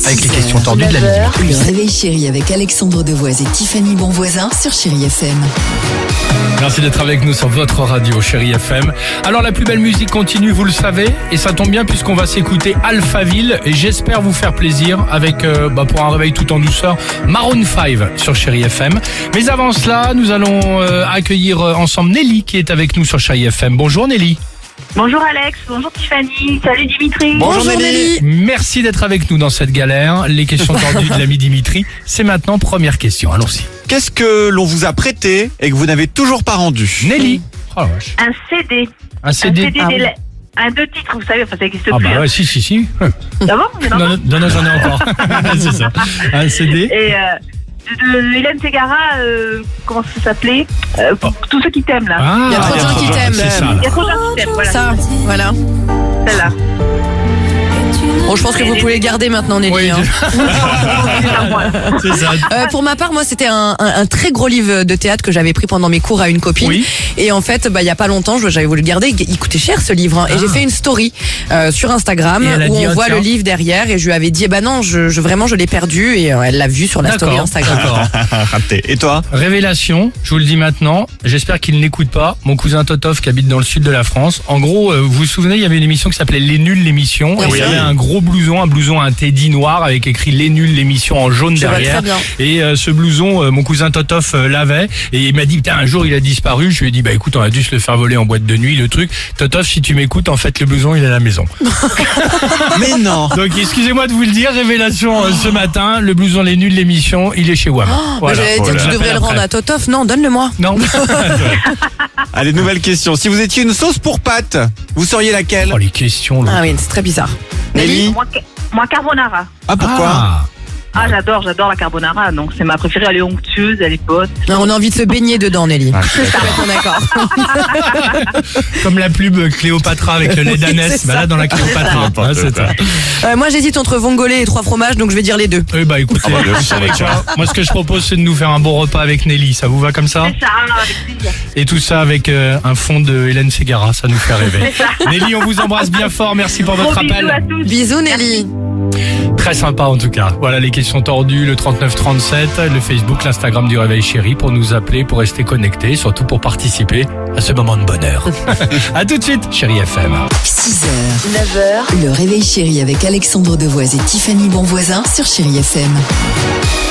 avec les questions tordues de la midi. Le réveil chéri avec Alexandre Devoise et Tiffany Bonvoisin sur Chéri FM. Merci d'être avec nous sur votre radio Chéri FM. Alors la plus belle musique continue, vous le savez, et ça tombe bien puisqu'on va s'écouter Alphaville et j'espère vous faire plaisir avec, pour un réveil tout en douceur, Maroon 5 sur Chéri FM. Mais avant cela, nous allons accueillir ensemble Nelly qui est avec nous sur Chéri FM. Bonjour Nelly. Bonjour Alex, bonjour Tiffany, salut Dimitri. Bonjour Nelly. Merci d'être avec nous dans cette galère. Les questions tordues de l'ami Dimitri. C'est maintenant première question, allons-y. Qu'est-ce que l'on vous a prêté et que vous n'avez toujours pas rendu? Nelly. Oh la vache. Un CD. Un CD. Un 2 titres, vous savez, enfin ça n'existe Ah plus. bah ouais, si. Ah bon? Non, j'en ai encore. C'est ça. Un CD. Et de Hélène Ségara, comment ça s'appelait Tous ceux qui t'aiment là. Ah, Il y a trop de gens qui t'aiment. C'est ça. Il y a trop de gens qui t'aiment, voilà. Ça, voilà. Celle-là. Bon, je pense que vous pouvez le garder maintenant, Nelly. Oui, hein. c'est ça. Pour ma part, moi, c'était un très gros livre de théâtre que j'avais pris pendant mes cours à une copine. Oui. Et en fait, il y a pas longtemps, j'avais voulu le garder. Il coûtait cher ce livre. Hein. Et j'ai fait une story sur Instagram Et elle a où dit, on voit tiens. le livre derrière. Et je lui avais dit, non, vraiment, je l'ai perdu. Et elle l'a vu sur la story Instagram. D'accord. Raté. Et toi? Révélation, je vous le dis maintenant, j'espère qu'il n'écoute pas. Mon cousin Totov qui habite dans le sud de la France. En gros, vous vous souvenez, il y avait une émission qui s'appelait Les Nuls l'émission. Et Oui. il y avait un gros blouson, un teddy noir avec écrit Les Nuls l'émission en jaune Je vois derrière. très bien. Et ce blouson, mon cousin Totov l'avait. Et il m'a dit, putain, un jour il a disparu. Je lui ai dit, écoute, on a dû se le faire voler en boîte de nuit, le truc. Totov, si tu m'écoutes, en fait, le blouson, il est à la maison. Mais non. Donc, excusez-moi de vous le dire, révélation ce matin, le blouson Les Nuls l'émission, il est chez WAM. J'allais dire, tu devrais le rendre à Totov. Non, donne-le-moi. Non. Allez, nouvelle question. Si vous étiez une sauce pour pâtes, vous seriez laquelle? Oh, les questions, là. Ah oui, c'est très bizarre. Nelly? Moi, carbonara. Ah, pourquoi? Ah, j'adore la carbonara. Donc c'est ma préférée. Elle est onctueuse, elle est bonne. Non, on a envie de se baigner dedans, Nelly. C'est ça. On est d'accord. Comme la pub Cléopatra avec le lait d'ânesse. c'est Bah ça. là, dans la Cléopatra. Ah, c'est ça. Moi, j'hésite entre vongolais et 3 fromages, donc je vais dire les deux. Eh bah écoutez, vous savez quoi, moi ce que je propose c'est de nous faire un bon repas avec Nelly, ça vous va comme ça? C'est ça, avec plaisir. Et tout ça avec un fond de Hélène Ségara, ça nous fait rêver. Nelly, on vous embrasse bien fort, merci pour votre Gros bisous à appel. tous. Bisous, Nelly. Très sympa en tout cas. Voilà les questions tordues, le 3937, le Facebook, l'Instagram du Réveil Chéri pour nous appeler, pour rester connectés, surtout pour participer à ce moment de bonheur. À tout de suite, Chéri FM. 6h, 9h, le réveil chéri avec Alexandre Devoise et Tiffany Bonvoisin sur Chéri FM.